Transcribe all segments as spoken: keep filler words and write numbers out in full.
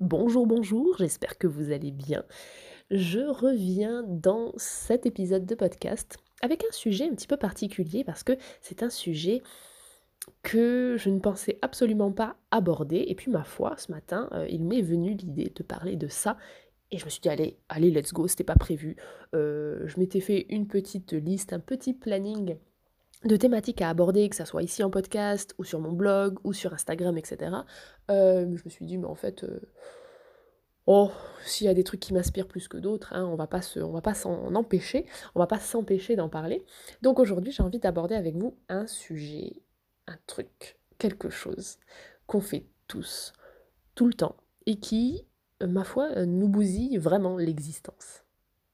Bonjour, bonjour, j'espère que vous allez bien. Je reviens dans cet épisode de podcast avec un sujet un petit peu particulier parce que c'est un sujet que je ne pensais absolument pas aborder. Et puis ma foi, ce matin, euh, il m'est venu l'idée de parler de ça. Et je me suis dit, allez, allez, let's go, c'était pas prévu. Euh, je m'étais fait une petite liste, un petit planning de thématiques à aborder, que ça soit ici en podcast, ou sur mon blog, ou sur Instagram, et cetera. Euh, je me suis dit, mais en fait, euh, oh, s'il y a des trucs qui m'inspirent plus que d'autres, hein, on va pas se, on va pas s'en empêcher, on va pas s'empêcher d'en parler. Donc aujourd'hui, j'ai envie d'aborder avec vous un sujet, un truc, quelque chose qu'on fait tous, tout le temps, et qui, euh, ma foi, euh, nous bousille vraiment l'existence.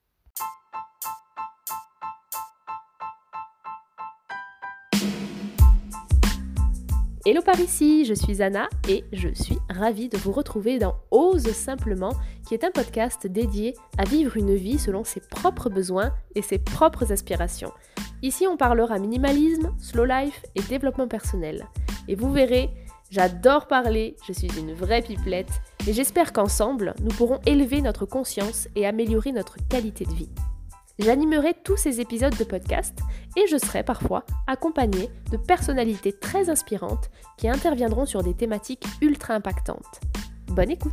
Hello par ici, je suis Anna et je suis ravie de vous retrouver dans Ose Simplement, qui est un podcast dédié à vivre une vie selon ses propres besoins et ses propres aspirations. Ici, on parlera minimalisme, slow life et développement personnel. Et vous verrez, j'adore parler, je suis une vraie pipelette et j'espère qu'ensemble, nous pourrons élever notre conscience et améliorer notre qualité de vie. J'animerai tous ces épisodes de podcast et je serai parfois accompagnée de personnalités très inspirantes qui interviendront sur des thématiques ultra impactantes. Bonne écoute!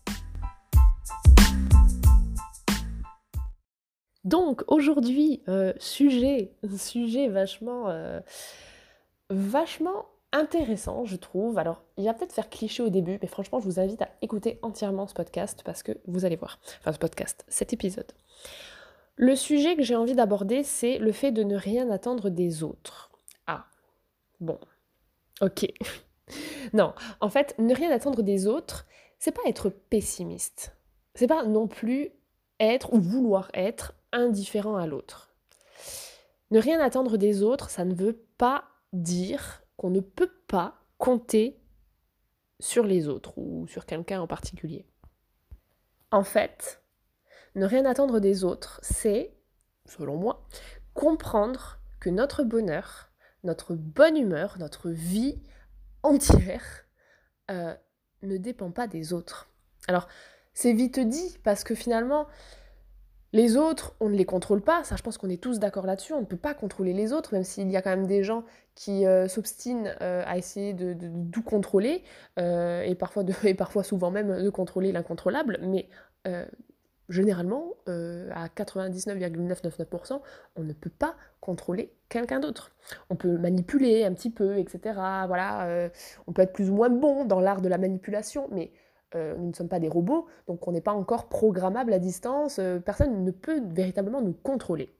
Donc aujourd'hui, euh, sujet, sujet vachement, euh, vachement intéressant, je trouve. Alors, il va peut-être faire cliché au début, mais franchement, je vous invite à écouter entièrement ce podcast parce que vous allez voir. Enfin, ce podcast, cet épisode. Le sujet que j'ai envie d'aborder, c'est le fait de ne rien attendre des autres. Ah, bon, ok. Non, en fait, ne rien attendre des autres, c'est pas être pessimiste. C'est pas non plus être ou vouloir être indifférent à l'autre. Ne rien attendre des autres, ça ne veut pas dire qu'on ne peut pas compter sur les autres ou sur quelqu'un en particulier. En fait, ne rien attendre des autres, c'est, selon moi, comprendre que notre bonheur, notre bonne humeur, notre vie entière euh, ne dépend pas des autres. Alors, c'est vite dit, parce que finalement, les autres, on ne les contrôle pas, ça je pense qu'on est tous d'accord là-dessus, on ne peut pas contrôler les autres, même s'il y a quand même des gens qui euh, s'obstinent euh, à essayer de, de, de tout contrôler, euh, et, parfois de, et parfois souvent même de contrôler l'incontrôlable, mais euh, généralement, euh, à quatre-vingt-dix-neuf virgule neuf cent quatre-vingt-dix-neuf pour cent, on ne peut pas contrôler quelqu'un d'autre. On peut manipuler un petit peu, et cetera. Voilà, euh, on peut être plus ou moins bon dans l'art de la manipulation, mais euh, nous ne sommes pas des robots, donc on n'est pas encore programmable à distance, euh, personne ne peut véritablement nous contrôler.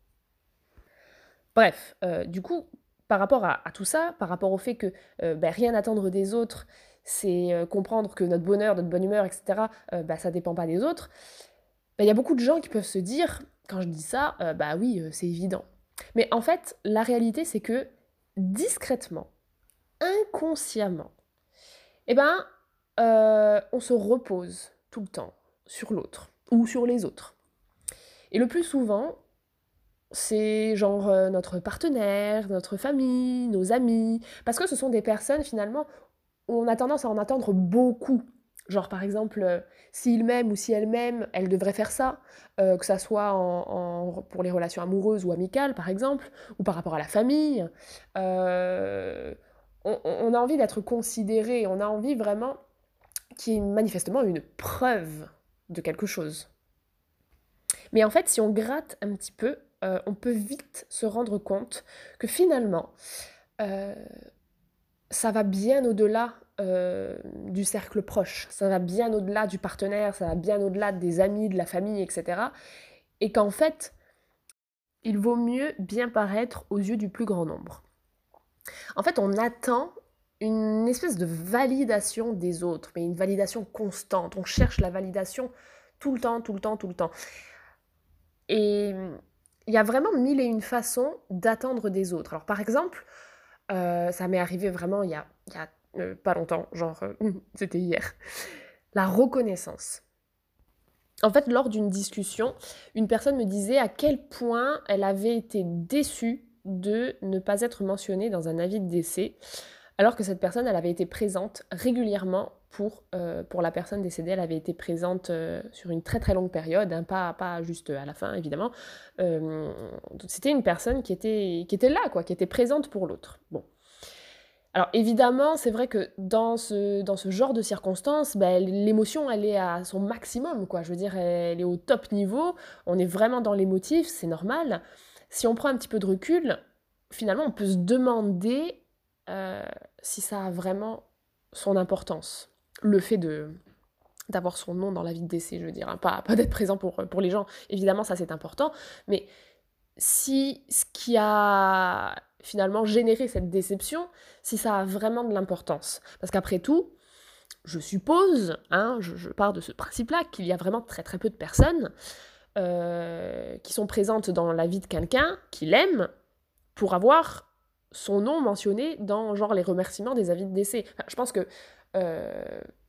Bref, euh, du coup, par rapport à, à tout ça, par rapport au fait que euh, bah, rien attendre des autres, c'est euh, comprendre que notre bonheur, notre bonne humeur, et cetera, euh, bah, ça ne dépend pas des autres, il y a beaucoup de gens qui peuvent se dire, quand je dis ça, euh, bah oui, euh, c'est évident. Mais en fait, la réalité, c'est que discrètement, inconsciemment, eh ben, euh, on se repose tout le temps sur l'autre ou sur les autres. Et le plus souvent, c'est genre euh, notre partenaire, notre famille, nos amis, parce que ce sont des personnes finalement où on a tendance à en attendre beaucoup. Genre par exemple, euh, s'il m'aime ou si elle m'aime, elle devrait faire ça, euh, que ça soit en, en- pour les relations amoureuses ou amicales par exemple, ou par rapport à la famille. Euh, on, on a envie d'être considéré, on a envie vraiment qu'il y ait manifestement une preuve de quelque chose. Mais en fait, si on gratte un petit peu, euh, on peut vite se rendre compte que finalement, euh, ça va bien au-delà euh, du cercle proche, ça va bien au-delà du partenaire, ça va bien au-delà des amis, de la famille, et cetera. Et qu'en fait, il vaut mieux bien paraître aux yeux du plus grand nombre. En fait, on attend une espèce de validation des autres, mais une validation constante. On cherche la validation tout le temps, tout le temps, tout le temps. Et il y a vraiment mille et une façons d'attendre des autres. Alors par exemple, euh, ça m'est arrivé vraiment il y a, il y a euh, pas longtemps, genre euh, c'était hier, la reconnaissance. En fait, lors d'une discussion, une personne me disait à quel point elle avait été déçue de ne pas être mentionnée dans un avis de décès alors que cette personne, elle avait été présente régulièrement pour, euh, pour la personne décédée, elle avait été présente euh, sur une très très longue période, hein, pas, pas juste à la fin évidemment. Euh, C'était une personne qui était, qui était là, quoi, qui était présente pour l'autre. Bon. Alors évidemment, c'est vrai que dans ce, dans ce genre de circonstances, ben, l'émotion, elle est à son maximum, quoi. Je veux dire, elle est au top niveau, on est vraiment dans l'émotif, c'est normal. Si on prend un petit peu de recul, finalement, on peut se demander euh, si ça a vraiment son importance. Le fait de d'avoir son nom dans l'avis de décès, je veux dire, hein, pas, pas d'être présent pour, pour les gens, évidemment, ça c'est important, mais si ce qui a finalement généré cette déception, si ça a vraiment de l'importance. Parce qu'après tout, je suppose, hein, je, je pars de ce principe-là, qu'il y a vraiment très très peu de personnes euh, qui sont présentes dans la vie de quelqu'un qui l'aime pour avoir son nom mentionné dans genre les remerciements des avis de décès. Enfin, je pense que euh,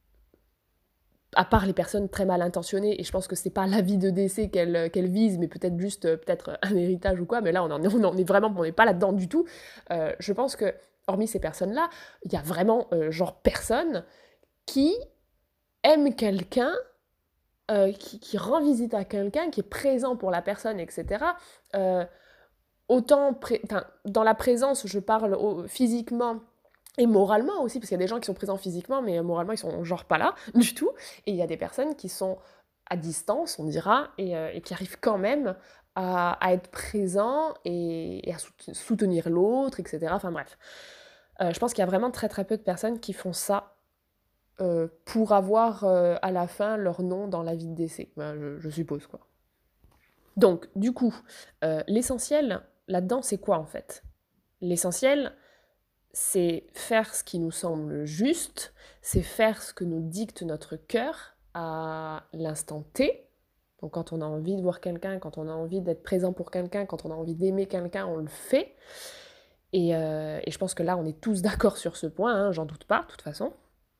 à part les personnes très mal intentionnées, et je pense que c'est pas l'avis de décès qu'elles qu'elles visent, mais peut-être juste euh, peut-être un héritage ou quoi, mais là on en est, on en est vraiment, on n'est pas là-dedans du tout. Euh, je pense que, hormis ces personnes-là, il y a vraiment euh, genre personne qui aime quelqu'un, euh, qui, qui rend visite à quelqu'un, qui est présent pour la personne, et cetera. Euh, autant, pré- dans la présence, je parle au- physiquement, et moralement aussi, parce qu'il y a des gens qui sont présents physiquement, mais moralement, ils sont genre pas là du tout. Et il y a des personnes qui sont à distance, on dira, et, euh, et qui arrivent quand même à, à être présents et, et à soutenir l'autre, et cetera. Enfin bref. Euh, je pense qu'il y a vraiment très très peu de personnes qui font ça euh, pour avoir euh, à la fin leur nom dans l'avis de décès. Ben, je, je suppose, quoi. Donc, du coup, euh, l'essentiel là-dedans, c'est quoi en fait? L'essentiel, c'est faire ce qui nous semble juste, c'est faire ce que nous dicte notre cœur à l'instant T. Donc quand on a envie de voir quelqu'un, quand on a envie d'être présent pour quelqu'un, quand on a envie d'aimer quelqu'un, on le fait. Et, euh, et je pense que là, on est tous d'accord sur ce point, hein, j'en doute pas, de toute façon.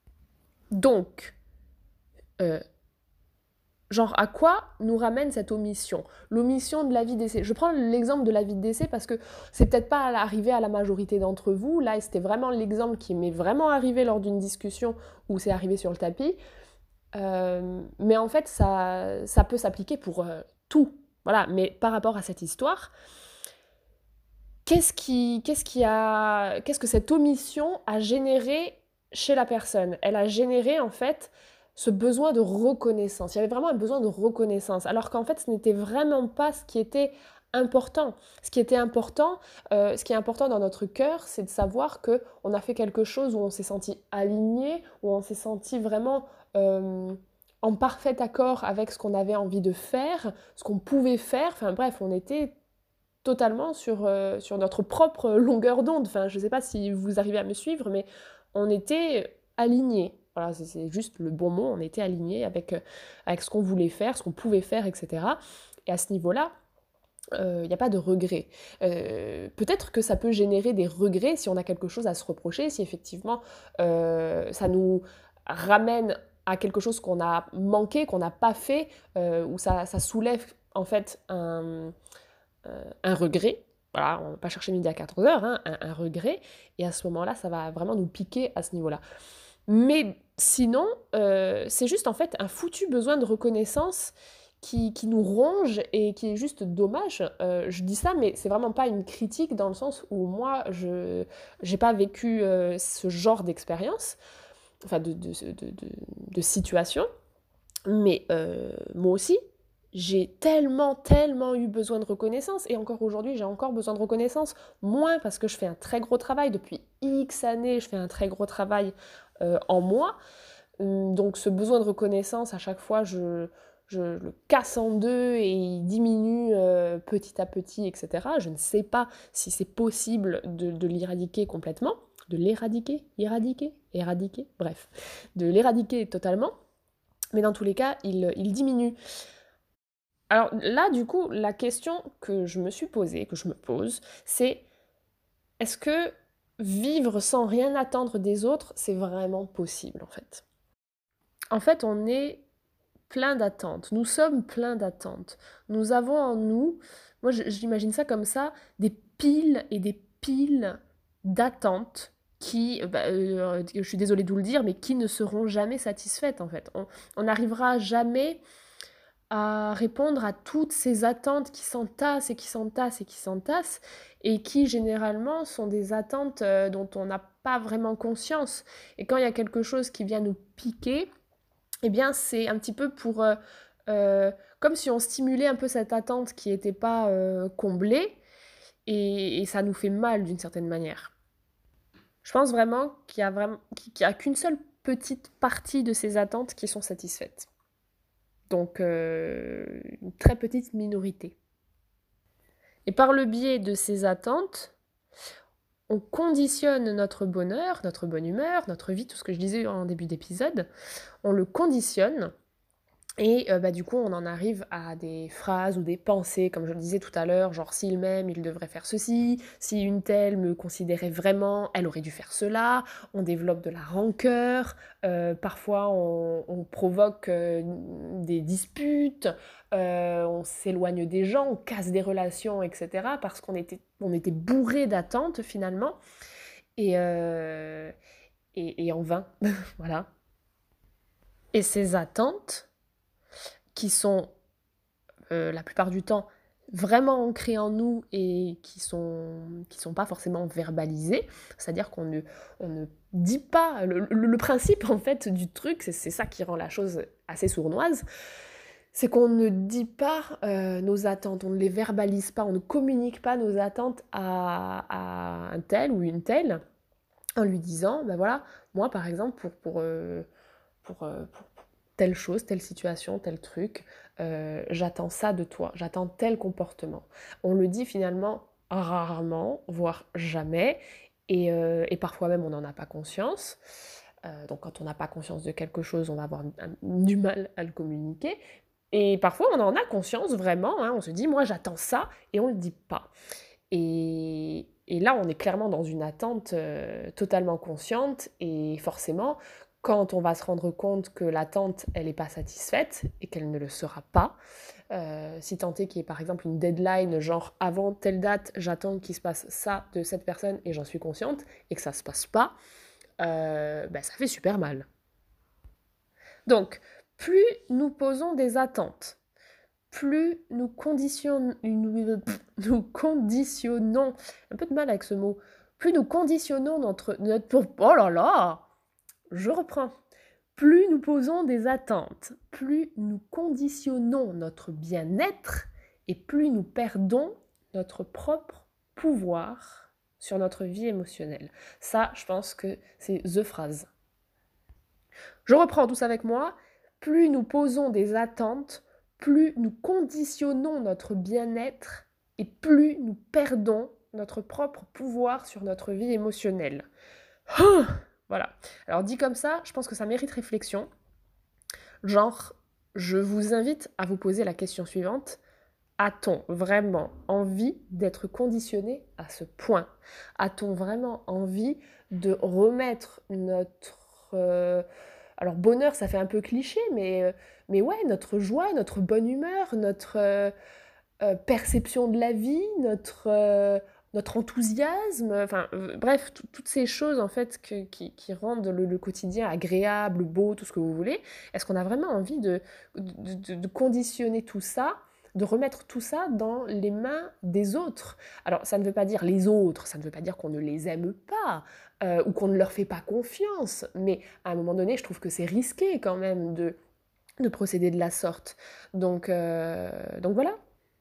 Donc, euh, genre, à quoi nous ramène cette omission? L'omission de l'avis d'essai. Je prends l'exemple de l'avis d'essai parce que c'est peut-être pas arrivé à la majorité d'entre vous. Là, c'était vraiment l'exemple qui m'est vraiment arrivé lors d'une discussion où c'est arrivé sur le tapis. Euh, mais en fait, ça, ça peut s'appliquer pour euh, tout. Voilà. Mais par rapport à cette histoire, qu'est-ce qui, qu'est-ce qui a, qu'est-ce que cette omission a généré chez la personne? Elle a généré, en fait, ce besoin de reconnaissance. Il y avait vraiment un besoin de reconnaissance, alors qu'en fait, ce n'était vraiment pas ce qui était important. Ce qui était important, euh, ce qui est important dans notre cœur, c'est de savoir que on a fait quelque chose où on s'est senti aligné, où on s'est senti vraiment euh, en parfait accord avec ce qu'on avait envie de faire, ce qu'on pouvait faire. Enfin bref, on était totalement sur, euh, sur notre propre longueur d'onde. Enfin, je ne sais pas si vous arrivez à me suivre, mais on était alignés. Voilà, c'est juste le bon mot, on était alignés avec, euh, avec ce qu'on voulait faire, ce qu'on pouvait faire, et cetera. Et à ce niveau-là, il euh, n'y a pas de regret. Euh, Peut-être que ça peut générer des regrets si on a quelque chose à se reprocher, si effectivement euh, ça nous ramène à quelque chose qu'on a manqué, qu'on n'a pas fait, euh, ou ça, ça soulève en fait un euh, un regret, voilà, on ne va pas chercher midi à quatorze heures, hein, un, un regret, et à ce moment-là, ça va vraiment nous piquer à ce niveau-là. Mais sinon, euh, c'est juste en fait un foutu besoin de reconnaissance qui, qui nous ronge et qui est juste dommage. Euh, je dis ça, mais c'est vraiment pas une critique dans le sens où moi, je n'ai pas vécu euh, ce genre d'expérience, enfin de, de, de, de, de situation, mais euh, moi aussi, j'ai tellement, tellement eu besoin de reconnaissance, et encore aujourd'hui, j'ai encore besoin de reconnaissance, moins parce que je fais un très gros travail, depuis X années, je fais un très gros travail euh, en moi, donc ce besoin de reconnaissance, à chaque fois, je, je le casse en deux et il diminue euh, petit à petit, et cetera. Je ne sais pas si c'est possible de, de l'éradiquer complètement, de l'éradiquer, éradiquer, éradiquer, bref, de l'éradiquer totalement, mais dans tous les cas, il, il diminue. Alors là, du coup, la question que je me suis posée, que je me pose, c'est est-ce que vivre sans rien attendre des autres, c'est vraiment possible, en fait? En fait, on est plein d'attentes. Nous sommes pleins d'attentes. Nous avons en nous, moi j'imagine ça comme ça, des piles et des piles d'attentes qui, bah, euh, je suis désolée de vous le dire, mais qui ne seront jamais satisfaites en fait. On n'arrivera jamais à répondre à toutes ces attentes qui s'entassent et qui s'entassent et qui s'entassent et qui généralement sont des attentes euh, dont on n'a pas vraiment conscience. Et quand il y a quelque chose qui vient nous piquer, eh bien c'est un petit peu pour... Euh, euh, comme si on stimulait un peu cette attente qui n'était pas euh, comblée et, et ça nous fait mal d'une certaine manière. Je pense vraiment qu'il y a, vraiment, qu'il y a qu'une seule petite partie de ces attentes qui sont satisfaites. Donc, euh, une très petite minorité. Et par le biais de ces attentes, on conditionne notre bonheur, notre bonne humeur, notre vie, tout ce que je disais en début d'épisode, on le conditionne. Et euh, bah, du coup, on en arrive à des phrases ou des pensées, comme je le disais tout à l'heure, genre s'il m'aime, il devrait faire ceci, si une telle me considérait vraiment, elle aurait dû faire cela, on développe de la rancœur, euh, parfois on, on provoque euh, des disputes, euh, on s'éloigne des gens, on casse des relations, et cetera, parce qu'on était, on était bourré d'attentes finalement, et, euh, et, et en vain, voilà. Et ces attentes, qui sont euh, la plupart du temps vraiment ancrées en nous et qui sont qui sont pas forcément verbalisées, c'est-à-dire qu'on ne on ne dit pas le, le, le principe en fait du truc, c'est, c'est ça qui rend la chose assez sournoise, c'est qu'on ne dit pas euh, nos attentes, on ne les verbalise pas, on ne communique pas nos attentes à, à un tel ou une telle en lui disant ben voilà, moi par exemple pour pour euh, pour, euh, pour telle chose, telle situation, tel truc, euh, j'attends ça de toi, j'attends tel comportement. On le dit finalement rarement, voire jamais, et, euh, et parfois même on n'en a pas conscience. Euh, donc quand on n'a pas conscience de quelque chose, on va avoir un, du mal à le communiquer. Et parfois on en a conscience vraiment, hein, on se dit moi j'attends ça, et on ne le dit pas. Et, et là on est clairement dans une attente euh, totalement consciente, et forcément, quand on va se rendre compte que l'attente, elle n'est pas satisfaite et qu'elle ne le sera pas, euh, si tant est qu'il y ait par exemple une deadline, genre avant telle date, j'attends qu'il se passe ça de cette personne et j'en suis consciente, et que ça ne se passe pas, euh, ben ça fait super mal. Donc, plus nous posons des attentes, plus nous conditionnons, nous conditionnons, un peu de mal avec ce mot, plus nous conditionnons notre, notre oh là là, je reprends. Plus nous posons des attentes, plus nous conditionnons notre bien-être et plus nous perdons notre propre pouvoir sur notre vie émotionnelle. Ça, je pense que c'est the phrase. Je reprends tous avec moi. Plus nous posons des attentes, plus nous conditionnons notre bien-être et plus nous perdons notre propre pouvoir sur notre vie émotionnelle. Voilà. Alors dit comme ça, je pense que ça mérite réflexion. Genre, je vous invite à vous poser la question suivante. A-t-on vraiment envie d'être conditionné à ce point? A-t-on vraiment envie de remettre notre... Euh, alors bonheur, ça fait un peu cliché, mais, euh, mais ouais, notre joie, notre bonne humeur, notre euh, euh, perception de la vie, notre... Euh, notre enthousiasme, enfin euh, bref, toutes ces choses en fait que, qui, qui rendent le, le quotidien agréable, beau, tout ce que vous voulez, est-ce qu'on a vraiment envie de, de, de, de conditionner tout ça, de remettre tout ça dans les mains des autres? Alors ça ne veut pas dire les autres, ça ne veut pas dire qu'on ne les aime pas, euh, ou qu'on ne leur fait pas confiance, mais à un moment donné, je trouve que c'est risqué quand même de, de procéder de la sorte. Donc, euh, donc voilà.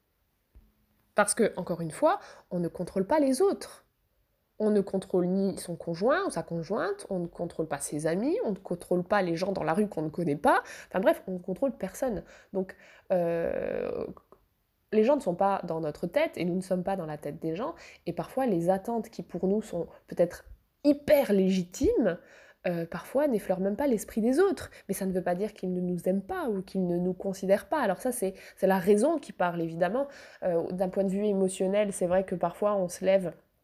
Parce que, encore une fois, on ne contrôle pas les autres. On ne contrôle ni son conjoint ou sa conjointe, on ne contrôle pas ses amis, on ne contrôle pas les gens dans la rue qu'on ne connaît pas. Enfin bref, on ne contrôle personne. Donc, euh, les gens ne sont pas dans notre tête et nous ne sommes pas dans la tête des gens. Et parfois, les attentes qui pour nous sont peut-être hyper légitimes, Euh, parfois n'effleurent même pas l'esprit des autres. Mais ça ne veut pas dire qu'ils ne nous aiment pas ou qu'ils ne nous considèrent pas. Alors ça, c'est, c'est la raison qui parle, évidemment. Euh, d'un point de vue émotionnel, c'est vrai que parfois on se lève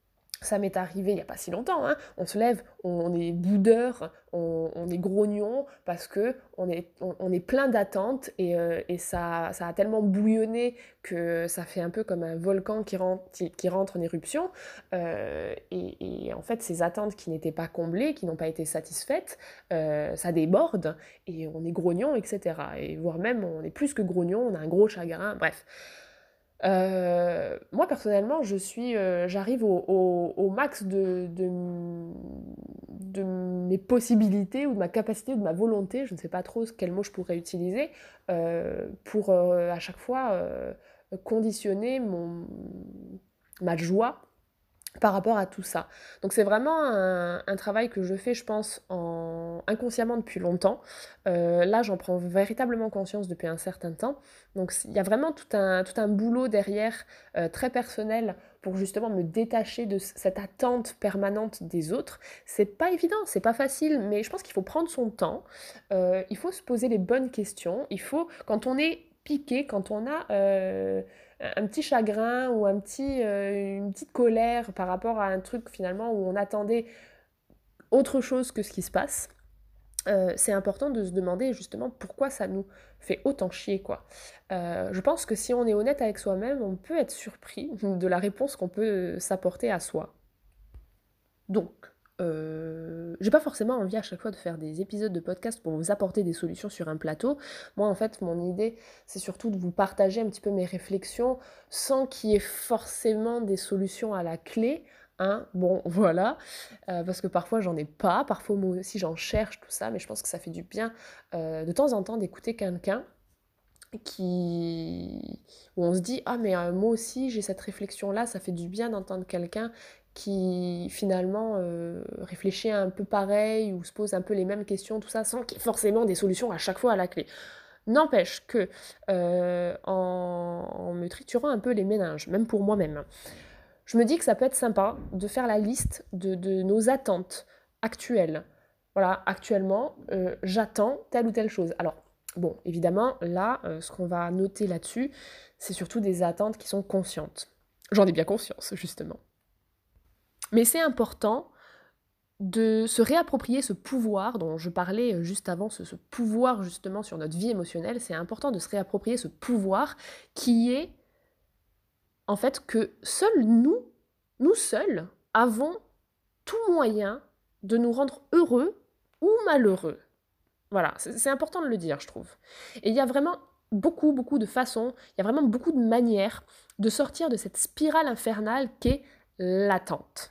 Ça m'est arrivé il n'y a pas si longtemps, hein. On se lève, on est boudeur, on, on est grognon parce que on est, on, on est plein d'attentes et, euh, et ça, ça a tellement bouillonné que ça fait un peu comme un volcan qui rentre, qui, qui rentre en éruption. Euh, et, et en fait, ces attentes qui n'étaient pas comblées, qui n'ont pas été satisfaites, euh, ça déborde et on est grognon, et cetera. Et voire même, on est plus que grognon, on a un gros chagrin, bref. Euh, moi personnellement, je suis, euh, j'arrive au, au- au max de, de, de mes possibilités ou de ma capacité ou de ma volonté, je ne sais pas trop quel mot je pourrais utiliser, euh, pour euh, à chaque fois euh, conditionner mon, ma joie par rapport à tout ça. Donc c'est vraiment un, un travail que je fais, je pense, en, inconsciemment depuis longtemps. Euh, là, j'en prends véritablement conscience depuis un certain temps. Donc il y a vraiment tout un, tout un boulot derrière, euh, très personnel, pour justement me détacher de cette attente permanente des autres. C'est pas évident, c'est pas facile, mais je pense qu'il faut prendre son temps. Euh, il faut se poser les bonnes questions. Il faut, quand on est piqué, quand on a... euh, un petit chagrin ou un petit, euh, une petite colère par rapport à un truc finalement où on attendait autre chose que ce qui se passe, euh, c'est important de se demander justement pourquoi ça nous fait autant chier, quoi. Euh, je pense que si on est honnête avec soi-même, on peut être surpris de la réponse qu'on peut s'apporter à soi. Donc, euh, j'ai pas forcément envie à chaque fois de faire des épisodes de podcast pour vous apporter des solutions sur un plateau. Moi, en fait, mon idée, c'est surtout de vous partager un petit peu mes réflexions sans qu'il y ait forcément des solutions à la clé. Hein, bon, voilà, euh, parce que parfois j'en ai pas, parfois moi aussi j'en cherche, tout ça, mais je pense que ça fait du bien euh, de temps en temps d'écouter quelqu'un qui... où on se dit ah mais euh, moi aussi j'ai cette réflexion là, ça fait du bien d'entendre quelqu'un qui finalement euh, réfléchit un peu pareil ou se pose un peu les mêmes questions, tout ça, sans qu'il y ait forcément des solutions à chaque fois à la clé. N'empêche que euh, en, en me triturant un peu les méninges, même pour moi-même, je me dis que ça peut être sympa de faire la liste de, de nos attentes actuelles. Voilà, actuellement, euh, j'attends telle ou telle chose. Alors, bon, évidemment, là, euh, ce qu'on va noter là-dessus, c'est surtout des attentes qui sont conscientes. J'en ai bien conscience, justement. Mais c'est important de se réapproprier ce pouvoir dont je parlais juste avant, ce, ce pouvoir justement sur notre vie émotionnelle. C'est important de se réapproprier ce pouvoir qui est en fait que seuls nous, nous seuls, avons tout moyen de nous rendre heureux ou malheureux. Voilà, c'est, c'est important de le dire, je trouve. Et il y a vraiment beaucoup, beaucoup de façons, il y a vraiment beaucoup de manières de sortir de cette spirale infernale qu'est l'attente.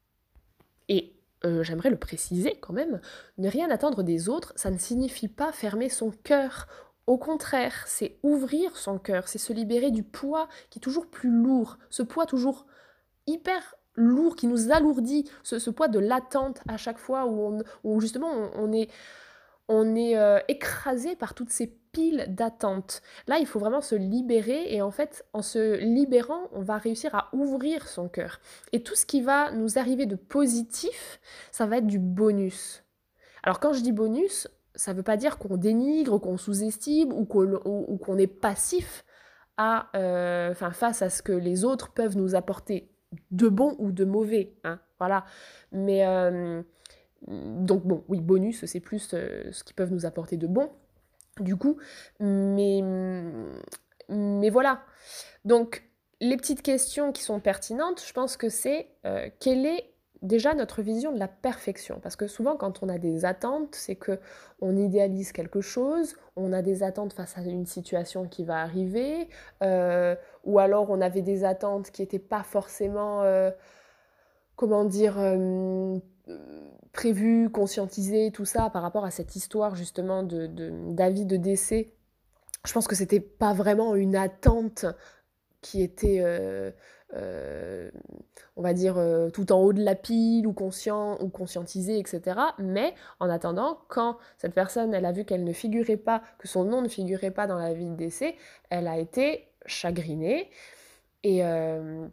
Et euh, j'aimerais le préciser quand même, ne rien attendre des autres, ça ne signifie pas fermer son cœur. Au contraire, c'est ouvrir son cœur, c'est se libérer du poids qui est toujours plus lourd, ce poids toujours hyper lourd qui nous alourdit, ce, ce poids de l'attente à chaque fois où, on, où justement on, on est, on est euh, écrasé par toutes ces piles d'attentes. Là, il faut vraiment se libérer et en fait, en se libérant, on va réussir à ouvrir son cœur. Et tout ce qui va nous arriver de positif, ça va être du bonus. Alors quand je dis bonus, ça ne veut pas dire qu'on dénigre, qu'on sous-estime ou qu'on, ou, ou qu'on est passif à, euh, face à ce que les autres peuvent nous apporter de bon ou de mauvais. Hein, voilà. Mais... Euh, donc bon, oui, bonus, c'est plus euh, ce qu'ils peuvent nous apporter de bon, du coup, mais, mais voilà. Donc, les petites questions qui sont pertinentes, je pense que c'est euh, quelle est déjà notre vision de la perfection. Parce que souvent, quand on a des attentes, c'est qu'on idéalise quelque chose, on a des attentes face à une situation qui va arriver, euh, ou alors on avait des attentes qui n'étaient pas forcément... Euh, comment dire, euh, prévu, conscientisé, tout ça, par rapport à cette histoire justement de, de, d'avis de décès. Je pense que c'était pas vraiment une attente qui était, euh, euh, on va dire, euh, tout en haut de la pile ou conscient ou conscientisé, et cetera. Mais en attendant, quand cette personne, elle a vu qu'elle ne figurait pas, que son nom ne figurait pas dans l'avis de décès, elle a été chagrinée. Et... Euh,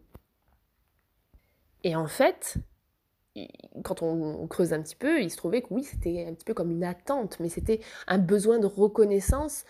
Et en fait, quand on creuse un petit peu, il se trouvait que oui, c'était un petit peu comme une attente, mais c'était un besoin de reconnaissance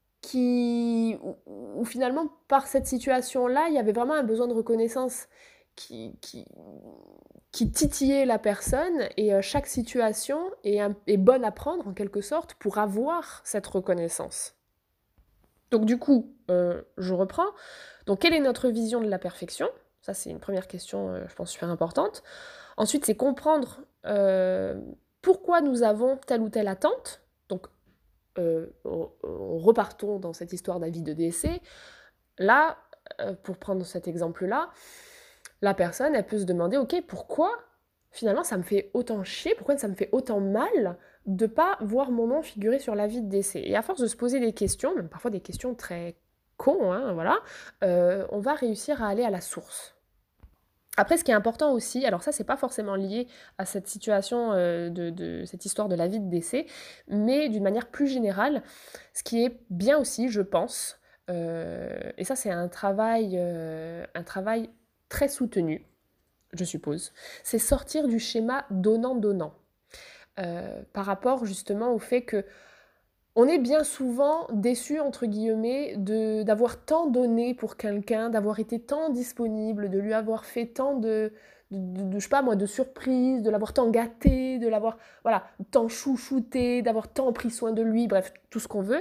qui, où, où finalement, par cette situation-là, il y avait vraiment un besoin de reconnaissance qui, qui, qui titillait la personne, et euh, chaque situation est, un- est bonne à prendre en quelque sorte pour avoir cette reconnaissance. Donc du coup, euh, je reprends. Donc quelle est notre vision de la perfection? Ça, c'est une première question, euh, je pense, super importante. Ensuite, c'est comprendre euh, pourquoi nous avons telle ou telle attente. Donc, euh, on- on- repartons dans cette histoire d'avis de décès. Là, euh, pour prendre cet exemple-là, la personne, elle peut se demander, ok, pourquoi finalement ça me fait autant chier, pourquoi ça me fait autant mal de pas voir mon nom figurer sur l'avis de décès. Et à force de se poser des questions, même parfois des questions très cons, hein, voilà, euh, on va réussir à aller à la source. Après, ce qui est important aussi, alors ça, c'est pas forcément lié à cette situation, euh, de, de cette histoire de l'avis de décès, mais d'une manière plus générale, ce qui est bien aussi, je pense, euh, et ça, c'est un travail, euh, un travail très soutenu, je suppose, c'est sortir du schéma donnant-donnant, euh, par rapport justement au fait que on est bien souvent déçu, entre guillemets, de d'avoir tant donné pour quelqu'un, d'avoir été tant disponible, de lui avoir fait tant de, de, de- de- je sais pas moi, de surprises, de l'avoir tant gâté, de l'avoir, voilà, tant chouchouté, d'avoir tant pris soin de lui, bref, tout ce qu'on veut.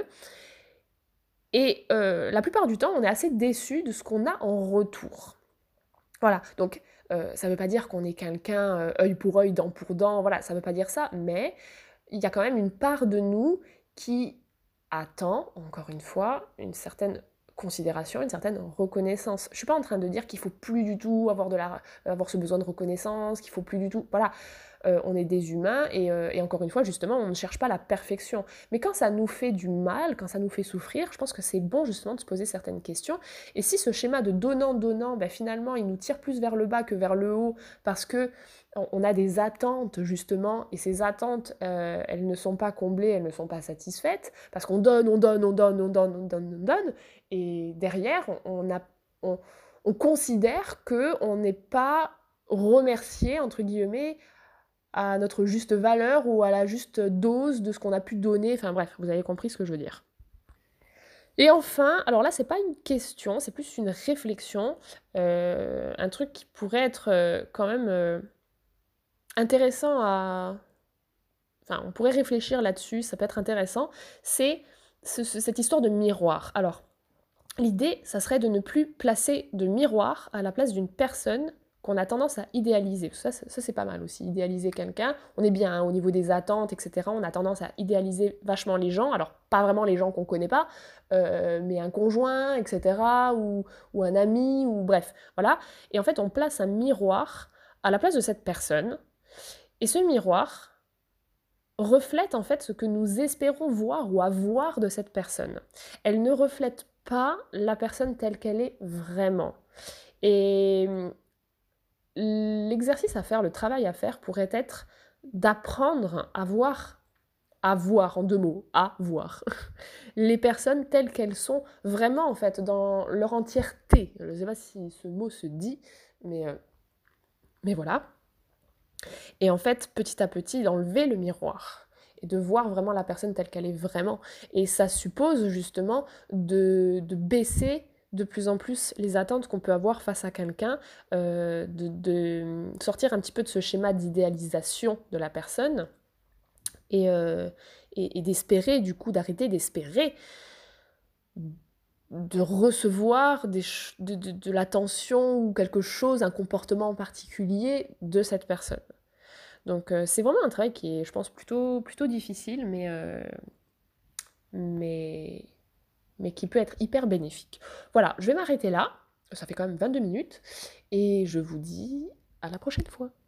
Et euh, la plupart du temps, on est assez déçu de ce qu'on a en retour. Voilà, donc euh, ça veut pas dire qu'on est quelqu'un euh, œil pour œil, dent pour dent, voilà, ça veut pas dire ça, mais il y a quand même une part de nous qui attend, encore une fois, une certaine considération, une certaine reconnaissance. Je suis pas en train de dire qu'il faut plus du tout avoir, de la, avoir ce besoin de reconnaissance, qu'il faut plus du tout... Voilà, euh, on est des humains, et, euh, et encore une fois, justement, on ne cherche pas la perfection. Mais quand ça nous fait du mal, quand ça nous fait souffrir, je pense que c'est bon justement de se poser certaines questions. Et si ce schéma de donnant-donnant, ben, finalement, il nous tire plus vers le bas que vers le haut, parce que on a des attentes justement, et ces attentes, euh, elles ne sont pas comblées, elles ne sont pas satisfaites, parce qu'on donne, on donne, on donne, on donne, on donne, on donne, et derrière, on, a, on, on considère qu'on n'est pas remercié, entre guillemets, à notre juste valeur ou à la juste dose de ce qu'on a pu donner, enfin bref, vous avez compris ce que je veux dire. Et enfin, alors là, c'est pas une question, c'est plus une réflexion, euh, un truc qui pourrait être euh, quand même euh, intéressant à, enfin, on pourrait réfléchir là-dessus, ça peut être intéressant, c'est ce- ce- cette histoire de miroir. Alors, l'idée, ça serait de ne plus placer de miroir à la place d'une personne qu'on a tendance à idéaliser. Ça, ça, ça, c'est pas mal aussi, idéaliser quelqu'un. On est bien hein, au niveau des attentes, et cetera. On a tendance à idéaliser vachement les gens. Alors, pas vraiment les gens qu'on connaît pas, euh, mais un conjoint, et cetera. Ou, ou un ami, ou bref, voilà. Et en fait, on place un miroir à la place de cette personne. Et ce miroir, reflète en fait ce que nous espérons voir ou avoir de cette personne. Elle ne reflète pas la personne telle qu'elle est vraiment. Et l'exercice à faire, le travail à faire pourrait être d'apprendre à voir, à voir en deux mots, à voir les personnes telles qu'elles sont vraiment en fait dans leur entièreté. Je ne sais pas si ce mot se dit, mais, euh, mais voilà. Et en fait, petit à petit, d'enlever le miroir et de voir vraiment la personne telle qu'elle est vraiment. Et ça suppose justement de, de baisser de plus en plus les attentes qu'on peut avoir face à quelqu'un, euh, de, de sortir un petit peu de ce schéma d'idéalisation de la personne et, euh, et, et d'espérer, du coup, d'arrêter d'espérer de recevoir des, de, de, de l'attention ou quelque chose, un comportement en particulier de cette personne. Donc euh, c'est vraiment un travail qui est, je pense, plutôt, plutôt difficile, mais, euh, mais, mais qui peut être hyper bénéfique. Voilà, je vais m'arrêter là. Ça fait quand même vingt-deux minutes. Et je vous dis à la prochaine fois.